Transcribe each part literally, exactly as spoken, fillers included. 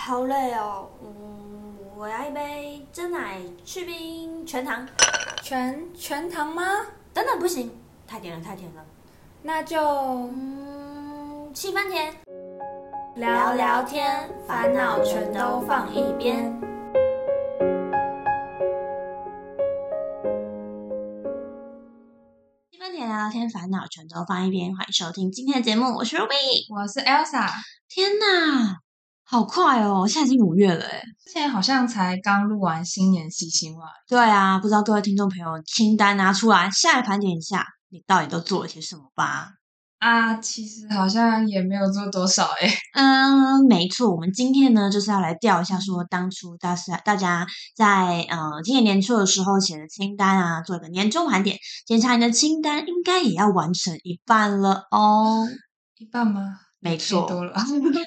好累哦。嗯，我要一杯真奶去冰全糖。 全全糖吗？ 等等，不行，太甜了，太甜了。 那就嗯，七分甜。 聊聊天，烦恼全都放一边。 七分甜聊聊天，烦恼全都放一边。欢迎收听今天的节目，我是 Ruby， 我是 Elsa。 天哪，好快哦！现在已经五月了诶。 之前好像才刚录完新年喜庆话。 对啊，不知道各位听众朋友清单拿出来，下来盘点一下，你到底都做了些什么吧？ 啊，其实好像也没有做多少诶。 嗯，没错，我们今天呢就是要来调一下，说当初大家大家在呃今年年初的时候写的清单啊，做一个年终盘点，检查你的清单，应该也要完成一半了哦。 一半吗？ 没错， 太多了。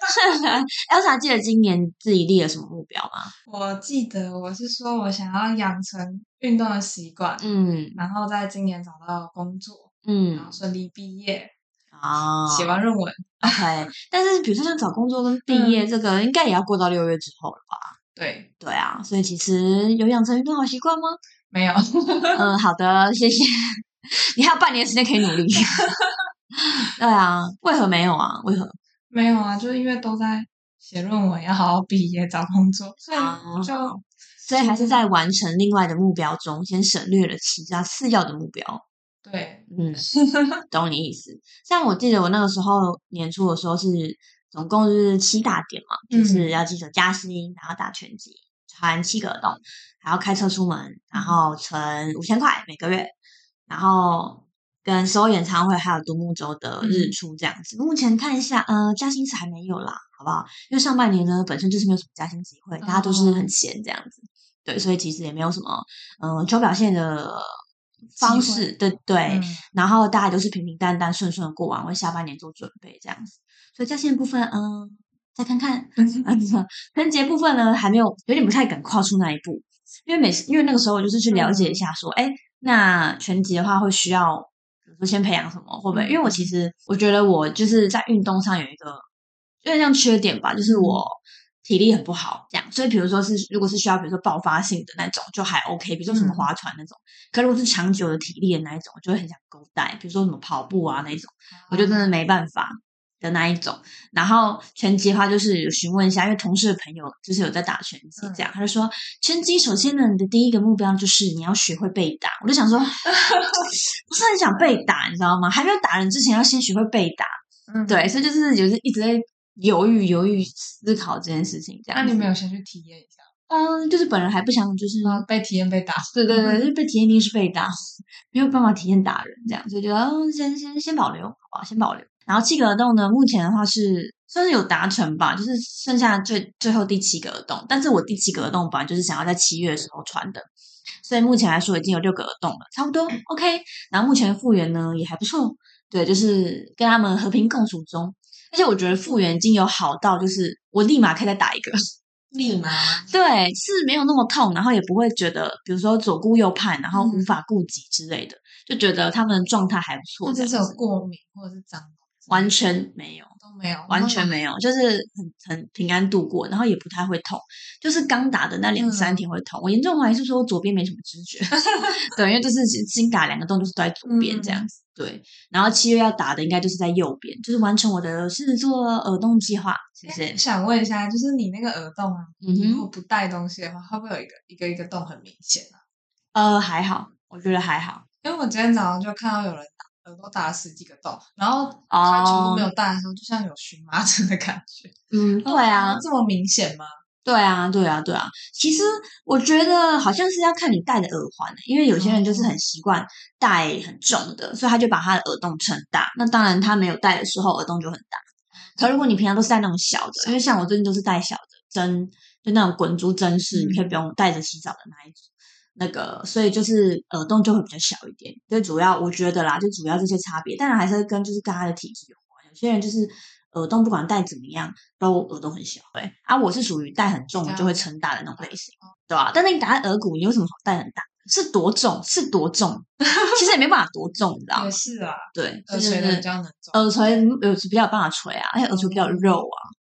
Elsa 记得今年自己立了什么目标吗？ 我记得我是说我想要养成运动的习惯， 嗯然后在今年找到工作，然后嗯， 顺利毕业， 啊写完论文。 ，OK，但是比如说像找工作跟毕业嗯， 这个，应该也要过到六月之后了吧？ 对， 对啊，所以其实有养成运动好习惯吗？ 没有。 嗯，好的，谢谢。你还有半年时间可以努力。对啊，为何没有啊？为何？ 没有啊，就是因为都在写论文，要好好毕业找工作，所以啊， 就所以还是在完成另外的目标中，先省略了其他次要的目标。 对。 嗯，懂你意思。像我记得我那个时候年初的时候是总共就是七大点嘛，就是嗯要记得加薪，然后打拳击，穿七个洞，还要开车出门，然后存五千块每个月，然后跟所有演唱会还有独木舟的日出这样子。目前看一下，呃，加薪是还没有啦，好不好？因为上半年呢本身就是没有什么加薪机会，大家都是很闲这样子，对，所以其实也没有什么嗯、呃求表现的方式，对对。 嗯， 然后大家都是平平淡淡、顺顺的过完，为下半年做准备这样子。所以加薪的部分，嗯，再看看。嗯，春节部分呢，还没有，有点不太敢跨出那一步，因为每次因为那个时候我就是去了解一下，说，哎、那拳击的话会需要，比如说先培养什么，会不会？因为我其实我觉得我就是在运动上有一个有点像缺点吧，就是我体力很不好，这样。所以比如说是如果是需要比如说爆发性的那种，就还 OK，比如说什么划船那种。可如果是长久的体力的那一种，我就会很想勾带，比如说什么跑步啊那一种，我就真的没办法的那一种。然后拳击的话，就是有询问一下，因为同事的朋友就是有在打拳击，这样、他就说拳击首先呢，你的第一个目标就是你要学会被打。我就想说，不是很想被打，你知道吗？还没有打人之前，要先学会被打。 嗯， 对，所以就是有时一直在犹豫、犹豫、思考这件事情，这样子。 那你没有先去体验一下？ 嗯，就是本人还不想，就是啊，被体验被打。 对对对，就是被体验一定是被打，没有办法体验打人这样，所以就嗯，先先先保留，好吧，先保留。然后七个耳洞呢，目前的话是算是有达成吧，就是剩下最最后第七个耳洞，但是我第七个耳洞本来就是想要在七月的时候穿的，所以目前来说已经有六个耳洞了，差不多 OK。然后目前的复原呢也还不错，对，就是跟他们和平共处中，而且我觉得复原已经有好到，就是我立马可以再打一个。 立马对，是没有那么痛，然后也不会觉得，比如说左顾右盼，然后无嗯法顾及之类的，就觉得他们的状态还不错， 或者是有这样子。 过敏或者是长完全没有， 都没有， 完全没有，就是很很平安度过，然后也不太会痛，就是刚打的那两三天会痛。我严重怀疑是说我左边没什么知觉，对，因为就是新打两个洞都是都在左边这样子，对。然后七月要打的应该就是在右边，就是完成我的狮子座耳洞计划，谢谢。 想问一下，就是你那个耳洞啊， 嗯以后哼， 不带东西的话，会不会有一个一个一个洞很明显啊？ 呃，还好，我觉得还好。 因为我今天早上就看到有人打耳朵打了十几个洞，然后他全部哦， 没有带的时候，就像有荨麻疹的感觉。 嗯， 然后对啊， 这么明显吗？ 对啊，对啊，对啊。其实我觉得好像是要看你戴的耳环，因为有些人就是很习惯戴很重的，所以他就把他的耳洞撑大。那当然他没有戴的时候，耳洞就很大。可如果你平常都是戴那种小的，因为像我最近都是戴小的针，就那种滚珠针式，你可以不用带着洗澡的那一种。那个，所以就是耳洞就会比较小一点。最主要我觉得啦，就主要这些差别，当然还是跟就是跟他的体质有关。有些人就是耳洞不管戴怎么样，都耳洞很小。对啊，我是属于戴很重的就会撑大的那种类型，对吧、啊？但那你打在耳骨，你有什么好戴很大？是多重？是多重？其实也没办法多重，你知道吗？ 也是啊， 对， 耳垂的比较能重， 耳垂耳垂比较有办法垂啊，而且耳垂比较有肉啊。 对，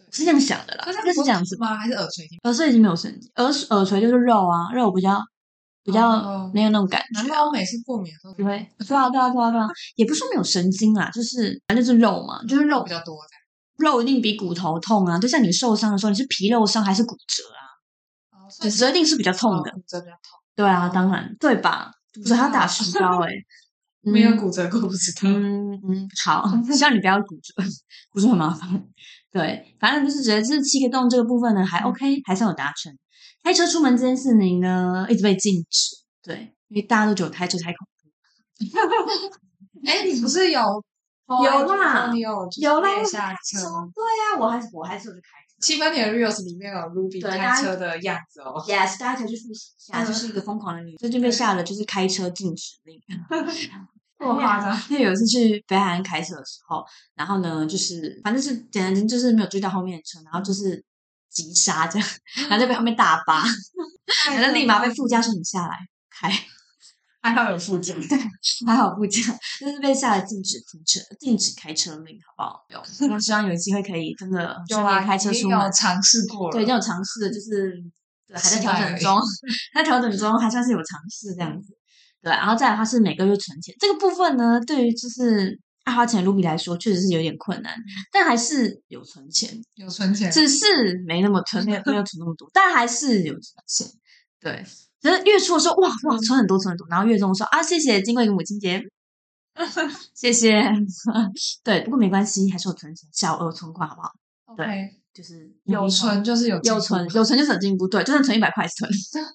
是这样想的啦， 可是这是这样子。 吗？还是耳垂已经？ 耳垂已经没有神经，耳耳垂就是肉啊，肉比较比较哦没有那种感觉。 难怪我每次过敏的时候， 对，对啊，对啊，对啊，对啊，也不是说没有神经啦，就是反正就是肉嘛，就是肉比较多的。 肉一定比骨头痛啊，就像你受伤的时候，你是皮肉伤还是骨折啊？ 哦， 骨折一定是比较痛的， 骨折比较痛。 对啊，当然，对吧？骨折还要打石膏哎、欸， 没有骨折过不知道。 嗯嗯，好，希望你不要骨折，骨折很麻烦。对，反正就是觉得这七个洞这个部分呢还 OK，还算有达成。开车出门这件事情呢，一直被禁止，对，因为大家都觉得开车太恐怖。 哎，你不是有有啦， 你有有啦， 练下车吗？ 对啊，我还是我还是有去开车。 七分甜的 reels 里面有 Ruby 开车的样子哦。 Yes，大家可以去复习一下，就是一个疯狂的女，最近被下了就是开车禁止令。 我夸张， 因为有一次去北海岸开车的时候，然后呢，就是反正是简直就是没有追到后面的车，然后就是急刹这样，然后就被后面大巴，然后立马被副驾说你下来开。 还好有副驾， 对，还好副驾，就是被下了禁止停车、禁止开车令，好不好？有，我希望有机会可以真的顺利开车出门。 有尝试过了， 对，已经有尝试，就是对还在调整中，还在调整中，还算是有尝试这样子。对，然后再来的话是每个月存钱这个部分呢，对于就是爱花钱的 Ruby 来说，确实是有点困难，但还是有存钱， 有存钱， 只是没那么存，没有没有存那么多，但还是有存钱。对。只是月初的时候，哇哇存很多存很多，然后月中的时候啊，谢谢，经过一个母亲节，谢谢。对，不过没关系，还是有存钱，小额存款好不好？ okay. 对，就是有存就是有有存，有存就是有进步，对，就算存一百块是存。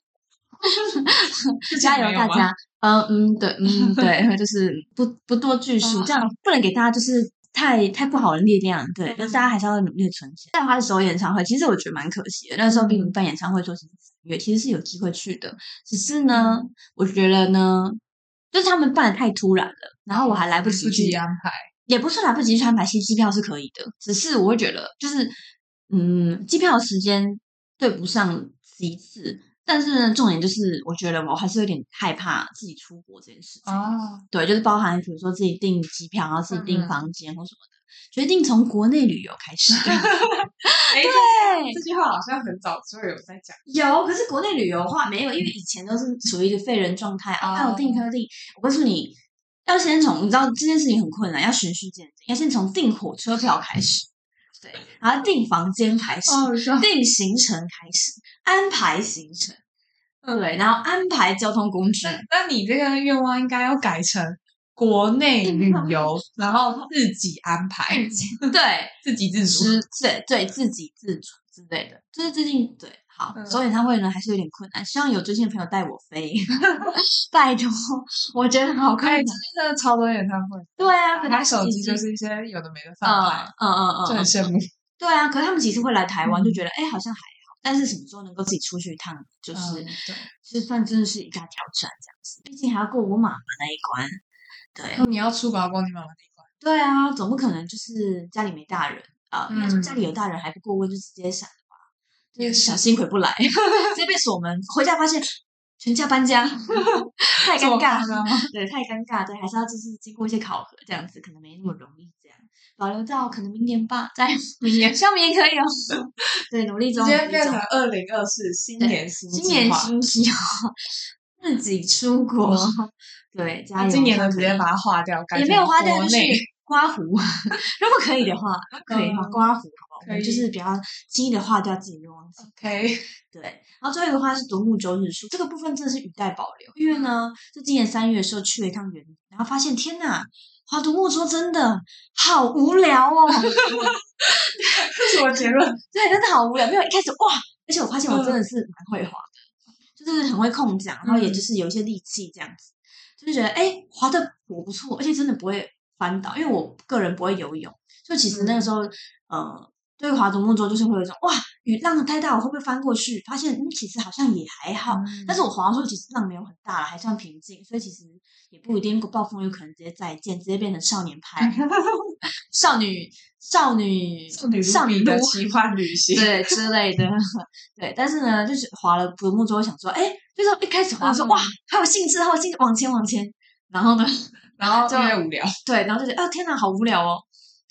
加油大家，嗯嗯对嗯对，就是不不多赘述，这样不能给大家就是太太不好的力量，对，但是大家还是要努力的存钱。在花的首演唱会，其实我觉得蛮可惜的，那时候给你们办演唱会说其实月其实是有机会去的，只是呢，我觉得呢，就是他们办的太突然了，然后我还来不及去安排， 也不是来不及去安排，其实机票是可以的，只是我会觉得就是嗯，机票的时间对不上其次。但是呢，重点就是，我觉得我还是有点害怕自己出国这件事情。 哦， 对，就是包含比如说自己订机票，然后自己订房间或什么的，决定从国内旅游开始。 对，这句话好像很早就有在讲。 有，可是国内旅游的话没有，因为以前都是处于一个废人状态啊。那我订票订，我告诉你，要先从你知道这件事情很困难，要循序渐进，要先从订火车票开始。对，然后订房间开始， 哦、 订行程开始，安排行程，嗯、对，然后安排交通工具。 那你这个愿望应该要改成国内旅游，然后自己安排， 对， 自给自足， 对对，自给自足之类的。就是最近对，好，首、嗯、演唱会呢还是有点困难，希望有追星的朋友带我飞，拜托，我觉得好困难。 最近真的超多演唱会， 对啊， 打开手机就是一些有的没的放牌， 嗯嗯嗯嗯， 就很羡慕。 对啊，可是他们其实会来台湾，嗯、就觉得哎好像还好，但是什么时候能够自己出去一趟，就是、嗯、对，就算真的是一大挑战这样子，毕竟还要过我妈妈那一关。对， 哦、你要出国要过你妈妈那一关。 对啊，总不可能就是家里没大人啊，应该说家里有大人还不过问就直接闪了吧，就是小心回不来，直接被锁门，回家发现全家搬家，太尴尬了，对，太尴尬，对，还是要就是经过一些考核，这样子可能没那么容易，这样保留到可能明年吧，在明年，希望明年可以哦，对，努力中， 直接变成二零二四新年新新年新计划，自己出国。对，加油！ 今年的直接把它划掉， 也没有划掉，就是刮胡。如果可以的话，可以的话刮胡，好不好？就是比较轻易的划掉自己愿望。 OK， 对。然后最后一个话是独木舟日出，这个部分真的是语带保留，因为呢，是今年三月的时候去了一趟园林，然后发现天哪，划独木舟真的好无聊哦。 这什么结论？ 对，真的好无聊。没有一开始哇，而且我发现我真的是蛮会划的，就是很会控桨，然后也就是有一些力气这样子。就觉得哎，滑的我不错，而且真的不会翻倒，因为我个人不会游泳，所以其实那个时候，嗯、呃，对于划独木舟就是会有一种哇，雨浪太大，我会不会翻过去？发现嗯，其实好像也还好，嗯、但是我划的时候其实浪没有很大了，还算平静，所以其实也不一定暴风有可能直接再见，直接变成少年派，少女少女少女少女的奇幻旅行， 对之类的，对，但是呢，就是划了独木舟，想说哎。就是一开始滑说、嗯、哇，好有兴致，好有兴致，往前往前，然后呢， 然后就越无聊， 对，然后就觉得啊天哪，好无聊哦，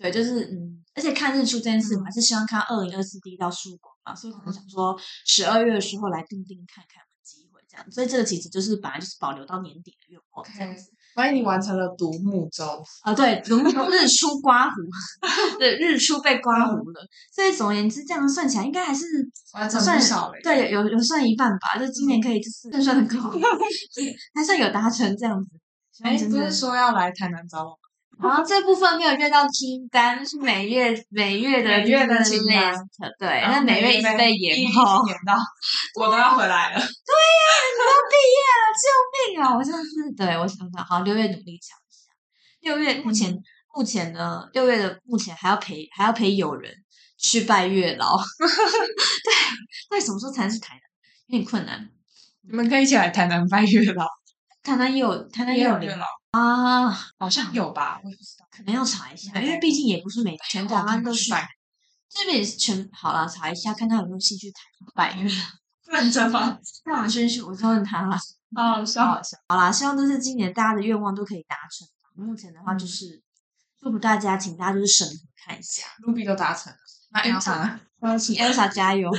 对，就是嗯，而且看日出这件事，我还是希望看二零二四第一道曙光嘛，所以可能想说十二月的时候来定定看看有没有机会这样。所以这个其实就是本来就是保留到年底的愿望这样子。 万一你完成了独木舟啊，对，独木日出刮胡，对，日出被刮胡了。所以总而言之，这样算起来应该还是完成算不少了耶。 对，有有算一半吧。就今年可以就是胜算很高，还算有达成这样子。 哎，不是说要来台南找我吗？ 然后这部分没有列到清单，是每月每月的每月的清单 list，对， 然后但每月一直被延后。 延到我都要回来了。 对呀、你都要毕业了，救命啊！我真的是，对我想想，好，六月努力抢一下。六月目前、目前呢，六月的目前还要陪还要陪友人去拜月老。对，到底什么时候才能去台南？有点困难。 你们可以一起来台南拜月老， 台南也有台南也也有灵有月老， 啊， 好像有吧？我也不知道。 可能要查一下， 对因为毕竟也不是每全台湾都是拜， 这边也是全好了，查一下看他有没有兴趣台南拜月老。 认真吗？ 干嘛宣誓？我就问他了， 好好笑。 好好笑。好啦，希望都是今年大家的愿望都可以达成。目前的话就是祝福大家，请大家就是审核看一下。 Ruby 都达成了，那 Elsa 呢？ 请 Elsa 加油。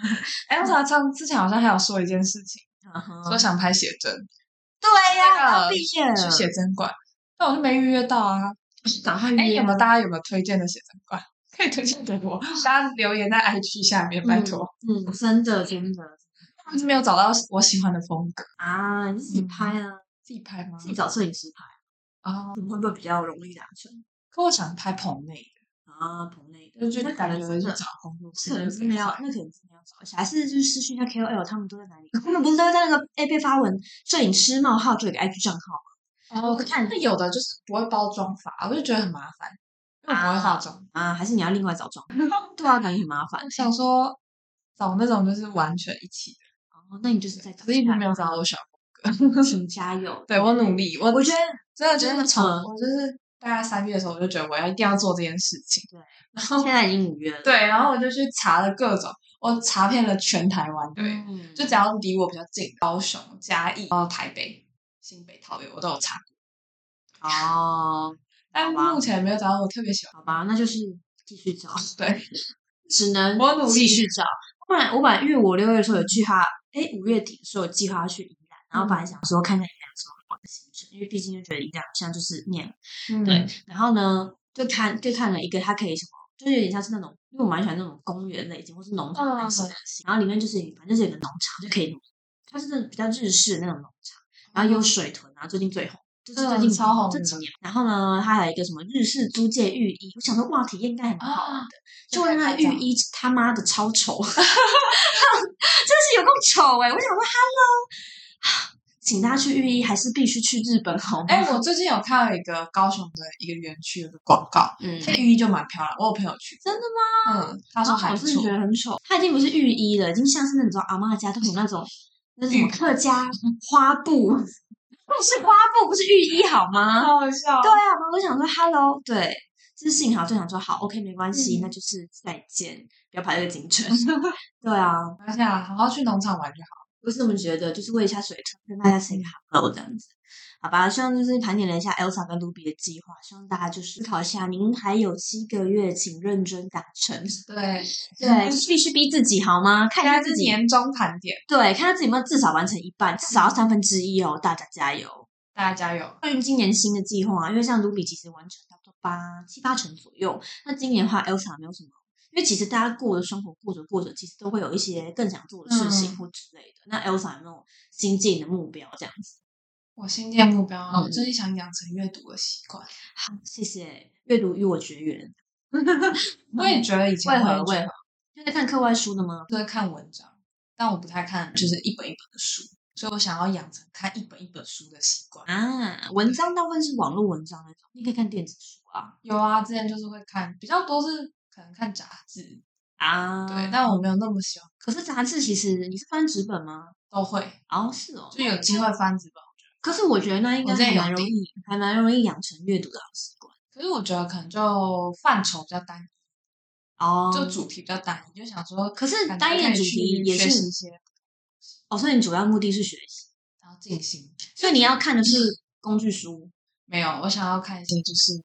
Elsa 上之前好像还有说一件事情， 嗯哼说想拍写真， 对呀、 那个要毕业了， 去写真馆，但我就没预约到啊。哎， 赶快约有没有大家有没有推荐的写真馆？可以推荐给我，大家留言在 I G 下面，拜托。 嗯，嗯真的真的还是没有找到我喜欢的风格， 啊，你自己拍啊， 自己拍吗？ 自己找摄影师拍， 啊， 会不会比较容易达成可我想拍棚内的， 啊？棚内的， 就就那可感能真的觉是找工作室可能就真的要， 可以拍那可能真的要找一下，还是就是私讯一下 K O L，他们都在哪里？他们不是都会在那个 A 被发文，摄影师冒号就有个 I G 账号哦，看那有的就是不会包装法，我就觉得很麻烦，因为我不会化妆。 啊，还是你要另外找妆？对啊，感觉很麻烦我。想说找那种就是完全一起的， 哦，那你就是在找可是一直没有找到我喜欢风格。 请加油。 对我努力，我我觉得真的就是从嗯我就是大概三月的时候，我就觉得我要一定要做这件事情。 对， 然后现在已经五月了。 对，然后我就去查了各种，我查遍了全台湾，对， 嗯， 就只要离我比较近，高雄、嘉义、到台北、新北、桃园，我都有查过， 哦， 但好吧目前没有找到我特别喜欢。 好吧，那就是继续找， 对， 只能我努力继续找。不然我本来因为我六月的时候有计划，哎，五月底的时候有计划要去宜兰，然后本来想说看看宜兰有什么好的行程，因为毕竟就觉得宜兰好像就是念嗯对，然后呢就看就看了一个它可以什么，就是有点像是那种，因为我蛮喜欢那种公园类型或是农场类型的型，然后里面就是反正就是有个农场就可以，它是那种比较日式的那种农场，然后有水豚啊，最近最红。就是最近嗯超红的这几年，然后呢，它还有一个什么日式租借浴衣，我想说哇，体验应该很好玩的。就问那个浴衣他妈的超丑，真的是有够丑哎、我想说 ，Hello，请大家去浴衣还是必须去日本好吗？ 哎，我最近有看到一个高雄的一个园区有个广告， 嗯， 它浴衣就蛮漂亮，我有朋友去， 真的吗？ 嗯，他说还不错我真的觉，得很丑，它已经不是浴衣了，已经像是那种阿嬷家都有那种那是什么客家花布。是花布，不是浴衣，好吗？ 好好笑。 对啊，我就想说 “hello”，对，就是幸好就想说好，OK，没关系， 嗯那就是再见，不要排这个行程。对啊， 没关系啊，好好去农场玩就好。 不是这么觉得，就是喂一下水豚，跟大家 say 个 hello 这样子。好吧，希望就是盘点了一下 Elsa 跟 Ruby 的计划，希望大家就是思考一下，您还有七个月，请认真达成。 对对，必须逼自己好吗？看一现在是下自己， 年终盘点， 对，看下自己有没有至少完成一半，至少要三分之一哦，大家加油！ 大家加油。 关于今年新的计划，因为像 Ruby 其实完成差不多八七八成左右，那今年的话 Elsa 没有什么，因为其实大家过的生活过着过着，其实都会有一些更想做的事情嗯或之类的。那 Elsa 有没有新进的目标这样子？ 我新年目标啊， 嗯我最近想养成阅读的习惯。 好，谢谢，阅读与我绝缘。 我也觉得以前为何会为何？就在看课外书的吗？ 都在看文章，但我不太看就是一本一本的书，所以我想要养成看一本一本书的习惯。 啊，文章大部分是网络文章那种，你可以看电子书啊。 有啊，之前就是会看，比较多是可能看杂志， 啊， 对，但我没有那么喜欢， 可是杂志其实你是翻纸本吗？ 都会， 哦，是哦， 就有机会翻纸本。 可是我觉得那应该我之前有还蛮容易，还蛮容易养成阅读的好习惯。 可是我觉得可能就范畴比较单一， 哦， 就主题比较单一，就想说， 可是感觉单一的主可以去题也是学习一些， 哦，所以你主要目的是学习， 然后进行。 所以你要看的是工具书。 没有，我想要看一些就是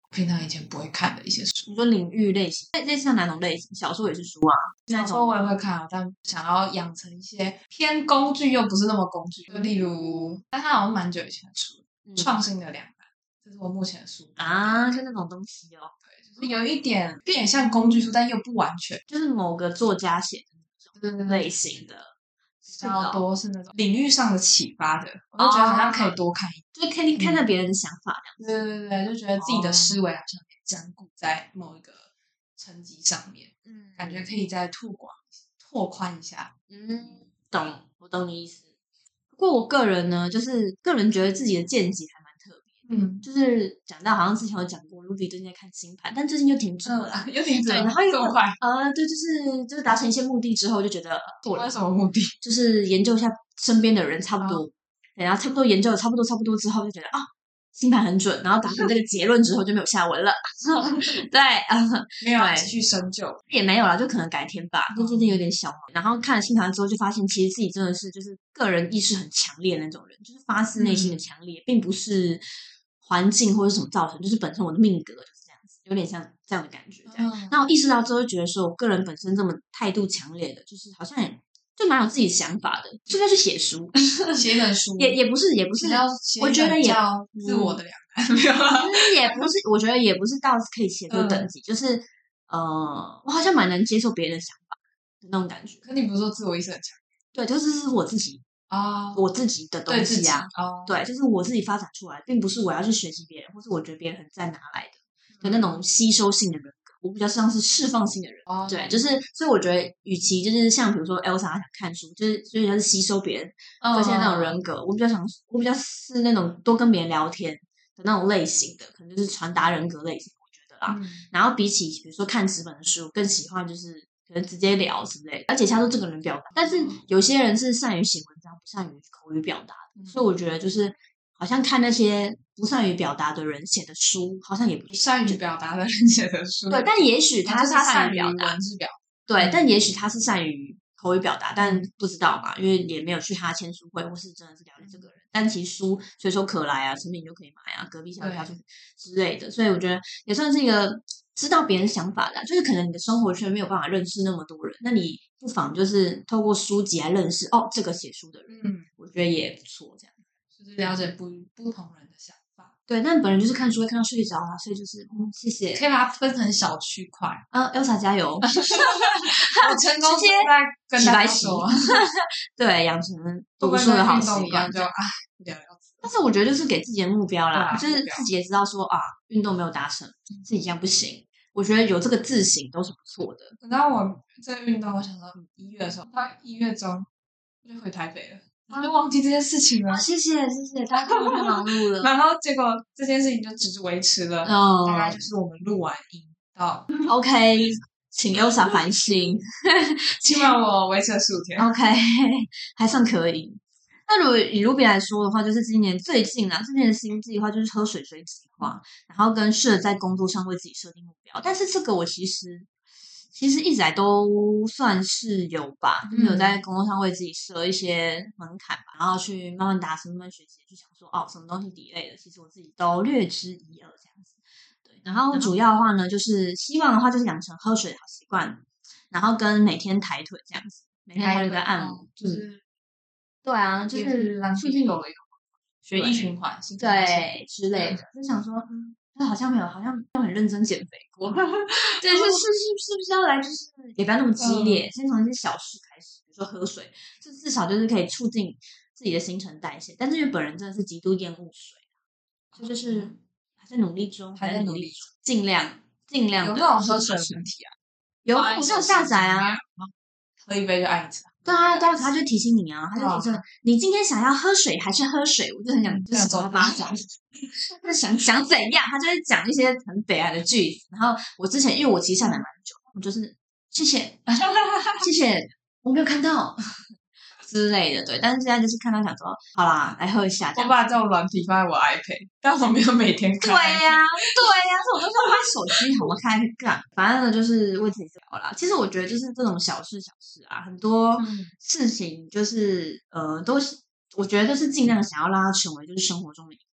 平常以前不会看的一些书。 你说领域类型，类类似像哪种类型？小说也是书啊， 小说我也会看啊，但想要养成一些偏工具又不是那么工具，就例如，但它好像蛮久以前的书， 嗯创新的两难》，这是我目前的书啊，就那种东西哦， 对，就是有一点有点像工具书，但又不完全， 就是某个作家写的那种类型的， 比较多是那种领域上的启发的，我就觉得好像可以多看一点， 就是可以看看别人的想法这样子。 对对对，就觉得自己的思维好像可以坚固在某一个层级上面， 嗯， 感觉可以再拓广、拓宽一下。 嗯，懂，我懂你意思。不过我个人呢，就是个人觉得自己的见解还蛮特别， 嗯， 就是讲到好像之前有讲过，Ruby 最近在看星盘，但最近就停止了啦。 嗯，有点对，然后因为这么快， 呃，对，就是就是达成一些目的之后，就觉得做了为什么目的？ 就是研究一下身边的人，差不多， 哦对然后差不多研究了差不多差不多之后，就觉得啊，星盘很准，然后达成这个结论之后就没有下文了。对，啊、 没有对继续深究。 也没有啦，就可能改天吧，就最近有点小忙。然后看了星盘之后，就发现其实自己真的是就是个人意识很强烈的那种人，就是发自内心的强烈，并不是环境或者什么造成，就是本身我的命格就是这样子，有点像这样的感觉。这样， 嗯那我意识到之后，就觉得说我个人本身这么态度强烈的，就是好像也就蛮有自己想法的，就要去写书， 写一本书， 也也不是也不是比，较写一我觉得也本叫自我的两难，没有啦。 嗯也不是，我觉得也不是到可以写这个等级，就是呃，我好像蛮能接受别人的想法的那种感觉。 可你不是说自我意识很强对，就是是我自己啊？ 我自己的东对自己西啊， 哦， 对，就是我自己发展出来，并不是我要去学习别人，或是我觉得别人很赞拿来的的那种吸收性的人格。我比较像是释放性的人， 哦对，就是所以我觉得，与其就是像比如说 Elsa 她想看书，就是所以她是吸收别人个性的那种人格，我比较想，我比较是那种多跟别人聊天的那种类型的，可能就是传达人格类型，我觉得啦。 嗯然后比起比如说看纸本的书，更喜欢就是可能直接聊之类的，而且他说这个人表达，但是有些人是善于写文章，不善于口语表达的，所以我觉得就是好像看那些不善于表达的人写的书，好像也不善于表达的人写的书， 对，但也许他就是他善善于于表达， 文字表对， 嗯但也许他是善于口语表达，但嗯不知道嘛，因为也没有去他签书会，或是真的是了解这个人。但其实书随手可来啊，成品就可以买啊，隔壁小票之类的，所以我觉得也算是一个知道别人想法的啊，就是可能你的生活圈没有办法认识那么多人，那你不妨就是透过书籍来认识哦，这个写书的人， 嗯， 我觉得也不错，这样。 就是了解不不同人的想法， 对，但本人就是看书会看到睡着啊，所以就是嗯，谢谢。 可以把它分成小区块。 啊，Elsa 加油！ 我成功直接在跟大洗白洗家说， 对，养成不跟读书的好运动习惯一样，。就啊，不了了之。 但是我觉得就是给自己的目标啦， 对啊就是目标自己也知道说啊，运动没有达成，自己这样不行。我觉得有这个自省都是不错的。 等到我这个运动，我想到一月的时候，到一月中我就回台北了，我就忘记这件事情了啊，。谢谢谢谢，大家真的太忙碌了。 然后结果这件事情就只是维持了， 嗯大概就是我们录完音到， ，OK，请 Elsa 反省。 基本上我维持了十五天。 OK，还算可以。那如果以 Ruby 来说的话，就是今年最近啊，最近的新计划就是喝水水计划，然后跟试着在工作上为自己设定目标。但是这个我其实其实一直来都算是有吧，就是有在工作上为自己设一些门槛吧，然后去慢慢达成、慢慢学习，去想说哦，什么东西 delay 的，其实我自己都略知一二这样子。对，然后主要的话呢，就是希望的话就是养成喝水的好习惯，然后跟每天抬腿这样子，每天抬腿跟按摩，嗯就是对啊，就也是让促进有了一个血液循环，新陈代谢对之类的，就想说，嗯，就好像没有，好像都很认真减肥过，对，是是是是不是要来就是也不要那么激烈，先从一些小事开始，比如说喝水，这至少就是可以促进自己的新陈代谢。但是因为本人真的是极度厌恶水，所以就是还在努力中， 还在努力中，尽量尽量有的那种喝水的问题啊， 有，我是有下载啊。 喝一杯就按一次。 对啊，对啊，他就提醒你啊，他就提醒你今天想要喝水还是喝水，我就很想就是抓巴掌，就想想怎样，他就会讲一些很北岸的句子。然后我之前因为我其实下载蛮久，我就是谢谢谢谢，我没有看到之类的，对。但是现在就是看到想说，好啦，来喝一下。 我把这种软体放在我 iPad，但我没有每天看。 对呀、对呀、这种东西我拍手机好吗？开去干，反正呢就是为自己聊啦。其实我觉得就是这种小事小事啊，很多事情就是、呃，都是我觉得都是尽量想要让它成为就是生活中的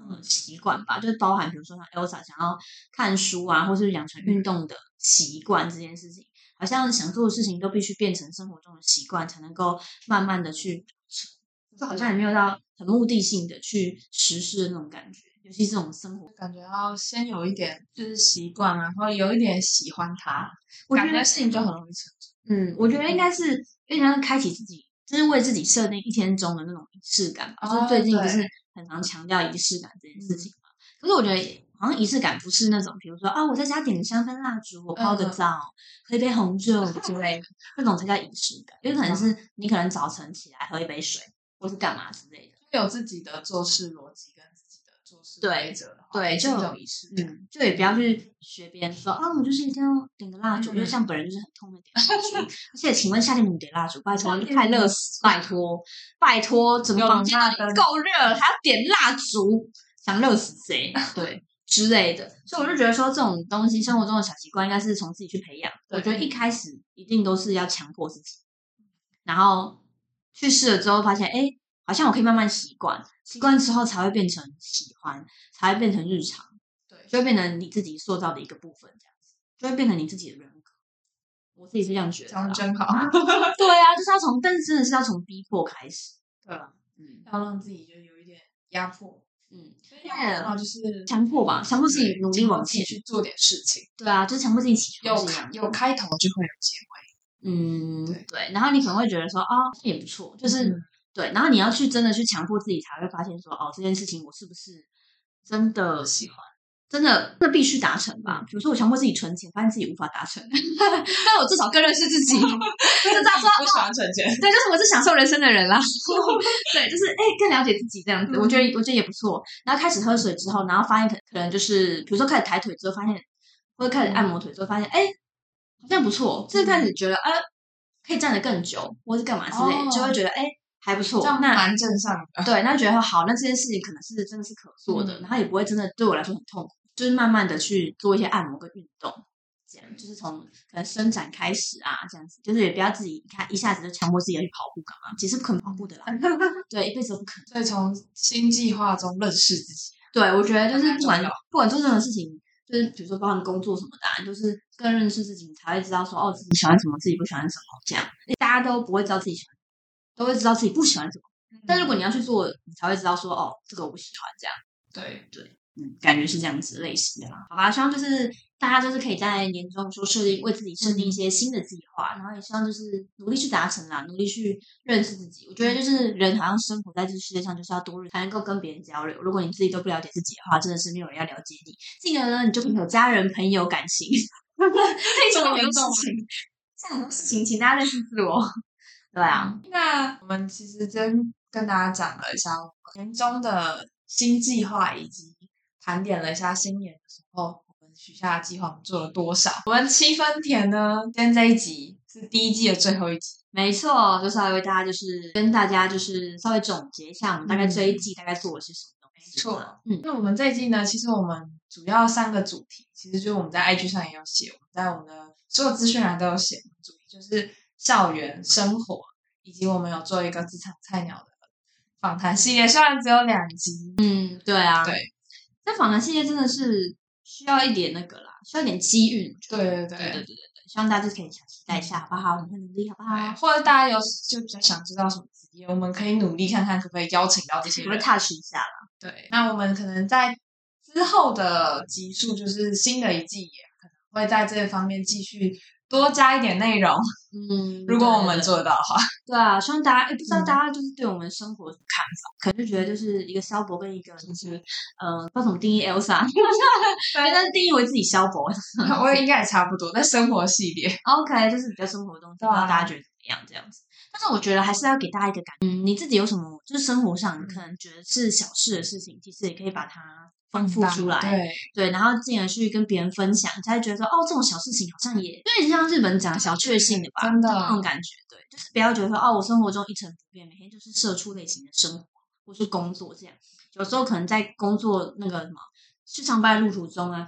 呃习惯吧，就是包含比如说像 Elsa 想要看书啊，或是养成运动的习惯这件事情，好像想做的事情都必须变成生活中的习惯，才能够慢慢的去，就好像也没有到很目的性的去实施的那种感觉，尤其是这种生活。 感觉要先有一点就是习惯啊，然后有一点喜欢它， 我觉得感觉事情就很容易成真。 嗯，我觉得应该是有点像开启自己，就是为自己设定一天中的那种仪式感吧。就是哦， 最近不是对， 很常强调仪式感这件事嗯情嘛？可是我觉得好像仪式感不是那种，比如说啊，我在家点个香氛蜡烛，我泡个嗯， 澡，喝一杯红酒之类的，那种才叫仪式感。有可能是你可能早晨起来喝一杯水，或是干嘛之类的。 有自己的做事逻辑跟自己的做事规则的话， 对， 也是就一种仪式感。 嗯，就也不要去学别人说啊，我就是一定要点个蜡烛，因为嗯像本人就是很痛的点蜡烛。而且，请问夏天怎么点蜡烛？拜托，太热死！拜托，拜托，整个房间都已经够热了，还要点蜡烛，想热死谁？对。之类的，所以我就觉得说，这种东西生活中的小习惯，应该是从自己去培养。我觉得一开始一定都是要强迫自己，然后去试了之后，发现哎，诶好像我可以慢慢习惯，习惯之后才会变成喜欢，才会变成日常。 对， 就会变成你自己塑造的一个部分，这样子就会变成你自己的人格。我自己是这样觉得讲啦。 的真好。 对啊，就是要从，但是真的是要从逼迫开始。 对吧？ 嗯要让自己就有一点压迫， 嗯， 所以然后就是强迫吧，强迫自己努力往自己前。 去做点事情， 对啊，就是强迫自己起有床是一样的。 有开头就会有结尾。 嗯， 对对。然后你可能会觉得说，哦，这也不错，就是、 嗯对。然后你要去真的去强迫自己，才会发现说，哦，这件事情我是不是真的喜欢。 真的，那必须达成吧。比如说，我强迫自己存钱，发现自己无法达成，但我至少更认识自己，就知道说， 不喜欢存钱， 对，就是我是享受人生的人啦。对，就是哎，更了解自己这样子，我觉得我觉得也不错。然后开始喝水之后，然后发现可可能就是，比如说开始抬腿之后，发现或者开始按摩腿之后，发现哎，好像不错。就是开始觉得，呃，可以站得更久，或是干嘛之类的，就会觉得哎还不错。 这样那蛮正向的。 对，那觉得好，那这件事情可能是真的是可做的， 嗯然后也不会真的对我来说很痛苦，就是慢慢的去做一些按摩跟运动，这样就是从可能伸展开始啊，这样子，就是也不要自己你看一下子就强迫自己要去跑步干嘛，其实不可能跑步的啦，对，一辈子都不可能。 所以从新计划中认识自己， 对，我觉得就是不管蛮重要不管做任何事情，就是比如说包含工作什么的、啊，就是更认识自己，你才会知道说哦自己喜欢什么，自己不喜欢什么，这样，因为大家都不会知道自己喜欢，都会知道自己不喜欢什么。但如果你要去做，你才会知道说，哦，这个我不喜欢，这样， 对对，嗯，感觉是这样子类似的啦。好吧，希望就是大家就是可以在年终说设定为自己设定一些新的计划，然后也希望就是努力去达成啦，努力去认识自己。我觉得就是人好像生活在这个世界上，就是要多认才能够跟别人交流。如果你自己都不了解自己的话，真的是没有人要了解你。进而呢，你就会有家人、朋友、感情，这种很多事情，这很多事情，请大家认识自我。对啊， 那我们其实真跟大家讲了一下我们年终的新计划，以及盘点了一下新年的时候我们许下的计划我们做了多少。我们七分甜呢，今天这一集是第一季的最后一集， 没错，就是要为大家就是跟大家就是稍微总结一下，我们大概这一季大概做了些什么东西。 没错， 嗯， 那我们这一季呢，其实我们主要三个主题，其实就是我们在 I G 上也有写，我们在我们的所有资讯栏都有写，主题就是校园生活，以及我们有做一个职场菜鸟的访谈系列，虽然只有两集， 嗯，对啊， 对， 这访谈系列真的是需要一点那个啦，需要一点机遇。 对对对对对对对对，希望大家就可以期待一下，好不好？我们会努力，好不好？ 对，或者大家有就比较想知道什么职业，我们可以努力看看可不可以邀请到这些我们人。 touch 一下啦。 对，那我们可能在之后的集数，就是新的一季也可能会在这方面继续多加一点内容。 嗯， 如果我们对做得到的话， 对啊，希望大家，哎，不知道嗯大家就是对我们生活有什么看法？可能就觉得就是一个萧伯跟一个就是呃，不知道怎么定义 Elsa，觉得定义为自己萧伯。 我也应该也差不多，在生活系列。 OK，就是比较生活的东西，不对啊知道大家觉得怎么样这样子。但是我觉得还是要给大家一个感，嗯，你自己有什么就是生活上你可能觉得是小事的事情，其实也可以把它丰富出来， 对对，然后进而去跟别人分享，你才会觉得说，哦，这种小事情好像也有点像日本讲小确幸的吧， 真的那种感觉，对，就是不要觉得说，哦，我生活中一成不变，每天就是社畜类型的生活或是工作这样，有时候可能在工作那个什么去上班的路途中啊，跟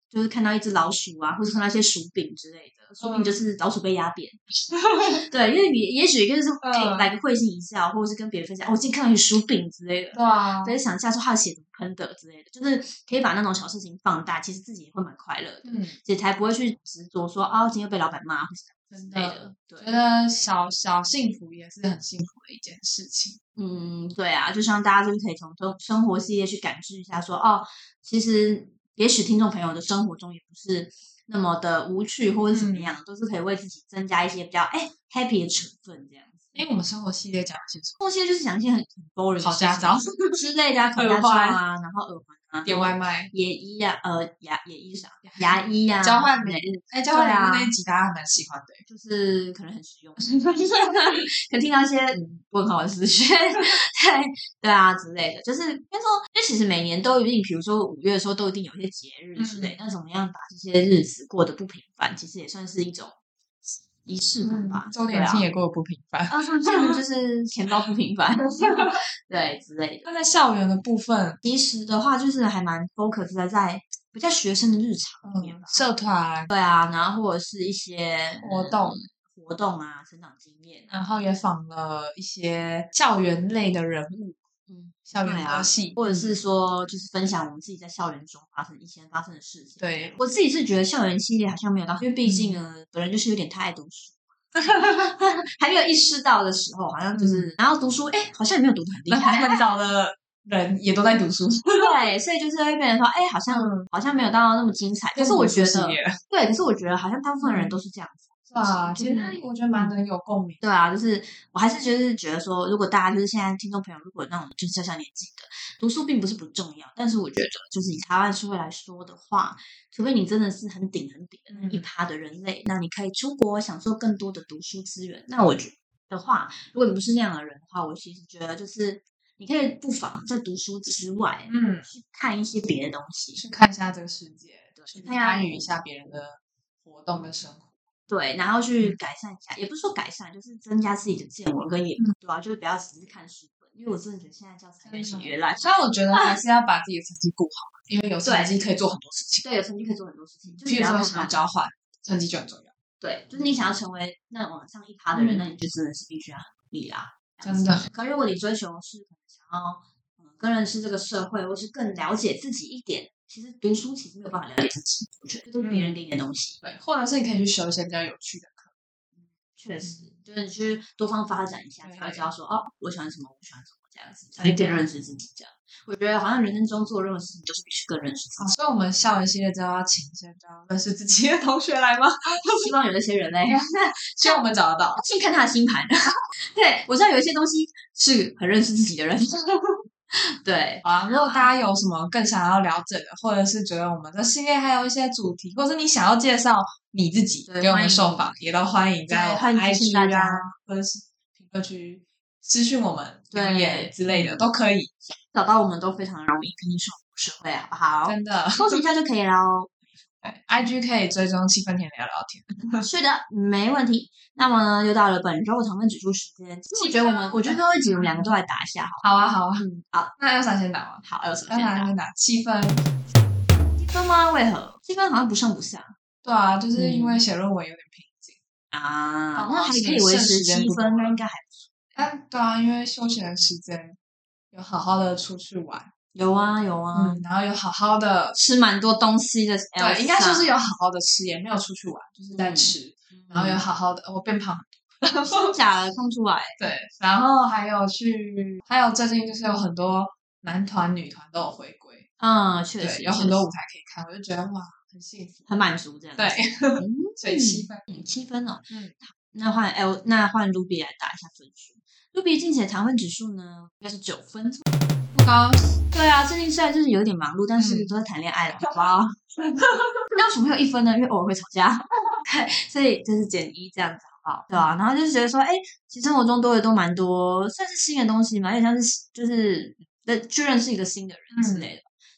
就是看到一只老鼠啊，或是看到一些薯饼之类的，说不定就是老鼠被压扁。对，因为你也许就是可以来个会心一笑，或者是跟别人分享，哦，我今天看到有薯饼之类的， 对啊， 所以想一下说他的血怎么喷的之类的，就是可以把那种小事情放大，其实自己也会蛮快乐的， 嗯， 也才不会去执着说啊，今天被老板骂或是之类的。对， 觉得小小幸福也是很幸福的一件事情。 嗯，对啊，就希望大家就是可以从生生活系列去感知一下说，哦，其实也许听众朋友的生活中也不是那么的无趣或者怎么样，嗯、都是可以为自己增加一些比较哎 happy 的成分这样子。 哎，我们生活系列讲些什么？ 生活系列就是讲一些很很 boring 考驾照之类的啊，考驾照啊，然后耳环啊， 点外卖、 野医啊，呃，牙野医啥？牙医啊， 交换礼物。哎，交换礼物那一集大家还蛮喜欢的， 就是可能很实用，可能听到一些嗯问号的资讯，对对啊之类的，就是应该说，因为其实每年都一定，比如说五月的时候都一定有一些节日之类，嗯、那怎么样把这些日子过得不平凡，其实也算是一种仪式感吧。 周年庆也过得不平凡， 啊，这样就是钱包不平凡，对之类的。 那在校园的部分， 其实的话就是还蛮 focus 在在比较学生的日常里面吧， 嗯、社团， 对啊，然后或者是一些活动。 嗯活动啊，成长经验、啊， 然后也访了一些校园类的人物，嗯，校园歌系、 啊，或者是说就是分享我们自己在校园中发生以前发生的事情。 对， 我自己是觉得校园系列好像没有到，因为毕竟呢，嗯、本人就是有点太爱读书，还没有意识到的时候，好像就是、嗯、然后读书，哎，好像也没有读得很厉害， 很早的人也都在读书， 对，所以就是会变成说，哎，好像、嗯、好像没有到那么精彩。可是我觉得，对，可是我觉得好像大部分人都是这样子。 啊，其实我觉得蛮能有共鸣。 对啊，就是我还是就是觉得说，如果大家就是现在听众朋友，如果那种就是小小年纪的读书并不是不重要，但是我觉得就是以台湾社会来说的话，除非你真的是很顶很顶的那一趴的人类，嗯、那你可以出国享受更多的读书资源。那我觉得话，如果你不是那样的人的话，我其实觉得就是你可以不妨在读书之外，嗯，去看一些别的东西， 去看一下这个世界，对，去参与一下别人的活动跟生活。 对，然后去改善一下，嗯、也不是说改善，就是增加自己的见闻跟眼，嗯、对啊，就是不要只是看书本，因为我真的觉得现在教材越写越烂。 所以我觉得还是要把自己的成绩顾好，因为有成绩可以做很多事情。 对，有成绩可以做很多事情， 就是比如说想要交换，成绩就很重要。 对，就是你想要成为那往上一趴的人，嗯、那你就真的是必须要努力啦。 真的。 可如果你追求是可能想要嗯更认识这个社会，或是更了解自己一点。其实读书其实没有办法了解自己，我觉得都是别人给你的东西。 对，或者是你可以去修一些比较有趣的课。 确实，就是你去多方发展一下，才会知道说哦，我喜欢什么，我喜欢什么这样子，才会更认识自己。这样，我觉得好像人生中做任何事情都是必须更认识自己。 所以，我们校园系列就要请一些比较认识自己的同学来吗？ 希望有那些人嘞， 希望我们找得到。 先看他的星盘。对，我知道有一些东西是很认识自己的人。对啊，如果大家有什么更想要了解的，或者是觉得我们的系列还有一些主题，或者是你想要介绍你自己给我们受访，也都欢迎在 I G 啊，或者是评论区私讯我们留言之类的都可以， 找到我们都非常容易，跟你说不是会好不好？ 真的， 搜寻一下就可以喽。 对 ，I G 可以追踪气氛甜聊聊天。 是的，没问题。那么呢，又到了本周的糖分指数时间。其实我觉得我们，我觉得最后一集我们两个都来打一下， 好。好啊，好啊， 嗯，好。 那要啥先打吗？ 好，要啥先打？ 先打七分。 七分吗？为何？七分好像不上不下。 对啊，就是因为写论文有点瓶颈、 嗯、啊。那还可以维持七分，那应该还不错。 但对啊，因为休闲的时间有好好的出去玩。 有啊有啊、 嗯，然后有好好的吃蛮多东西的， 对，应该说是有好好的吃，也没有出去玩，就是在吃，嗯、然后有好好的，我变胖很多， 真假的看不出来。 对，然后还有去，还有最近就是有很多男团、女团都有回归， 嗯，确实有很多舞台可以看，我就觉得哇，很幸福， 很满足这样。 对，嗯、所以七分， 嗯，七分哦， 嗯， 那换 L， 那换 Ruby 来打一下分数。Ruby 近期的糖分指数呢，应该是九分。 不高， 对啊，最近虽然就是有点忙碌，但是都在谈恋爱了，好不好？那为什么会有一分呢？因为偶尔会吵架，对，所以就是减一这样子，好不好？对啊，然后就是觉得说，哎，其实生活中多的都蛮多，算是新的东西嘛，有点像是就是去认识一个新的人之类的，嗯、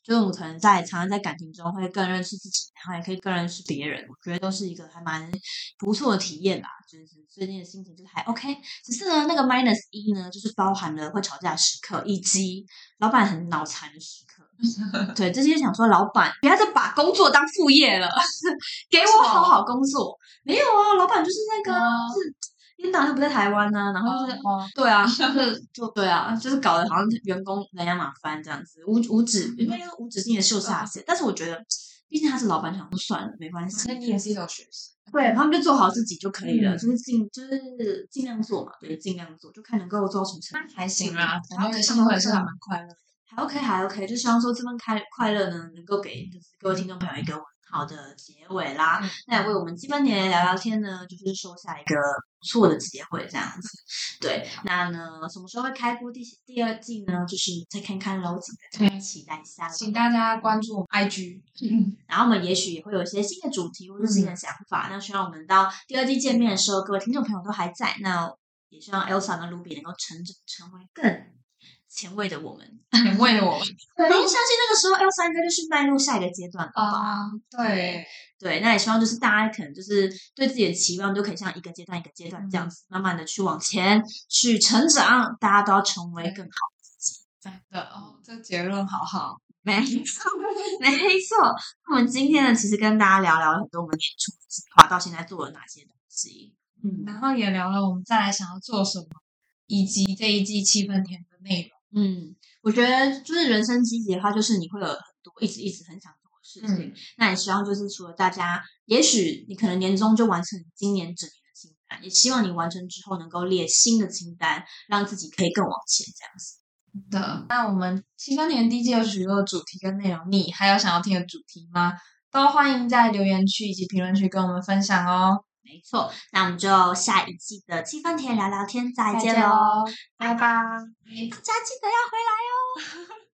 就是我们可能在常常在感情中会更认识自己，然后也可以更认识别人，我觉得都是一个还蛮不错的体验啦。就是最近的心情就是还 OK，只是呢那个 minus 一呢，就是包含了会吵架的时刻，以及老板很脑残的时刻。对，这些想说老板不要再把工作当副业了，给我好好工作。没有啊，老板就是那个、 哦、 是。领导又不在台湾呢、啊，然后就是、 哦、 对啊，就是就对啊，就是搞得好像员工人仰马翻这样子，无无止因为无止境的秀下限。但是我觉得，毕竟他是老板，想说算了，没关系。 那你也是一种学习。 对，他们就做好自己就可以了， 嗯、 就是尽就是尽量做嘛，对，尽量做，就看能够做到什么程度。 还行啦， 然后生活也是还蛮快乐的。 还 OK，还 OK，就希望说这份开快乐呢，能够给就是各位听众朋友一个好的结尾啦。嗯、那也为我们积分点聊聊天呢，就是收下一个不错的结尾这样子。对，那呢，什么时候会开播第第二季呢？就是再看看喽，请大家期待一下。 请大家关注我们 I G， 嗯，然后我们也许也会有一些新的主题或者新的想法。嗯、那希望我们到第二季见面的时候，各位听众朋友都还在。那也希望 Elsa 跟 Ruby 能够成长，成为更前卫的我们， 前卫的我们。 对，因为相信那个时候 Elsa 应该就是迈入下一个阶段了吧？ 啊，对对，那也希望就是大家可能就是对自己的期望都可以像一个阶段一个阶段这样子，嗯、慢慢的去往前去成长，大家都要成为更好的自己。 真的哦，这结论好好。 没错，没错。我们今天呢，其实跟大家聊聊了很多我们年初计划到现在做了哪些东西， 嗯，然后也聊了我们再来想要做什么，以及这一季气氛甜的内容。 嗯，我觉得就是人生积极的话，就是你会有很多一直一直很想做的事情。嗯、那也希望就是除了大家，也许你可能年终就完成今年整年的清单，也希望你完成之后能够列新的清单，让自己可以更往前这样子。 的，那我们七分年第一季有许多的主题跟内容，你还有想要听的主题吗？都欢迎在留言区以及评论区跟我们分享哦。 没错，那我们就下一季的七分甜聊聊天再见喽， 拜拜！大家记得要回来哦。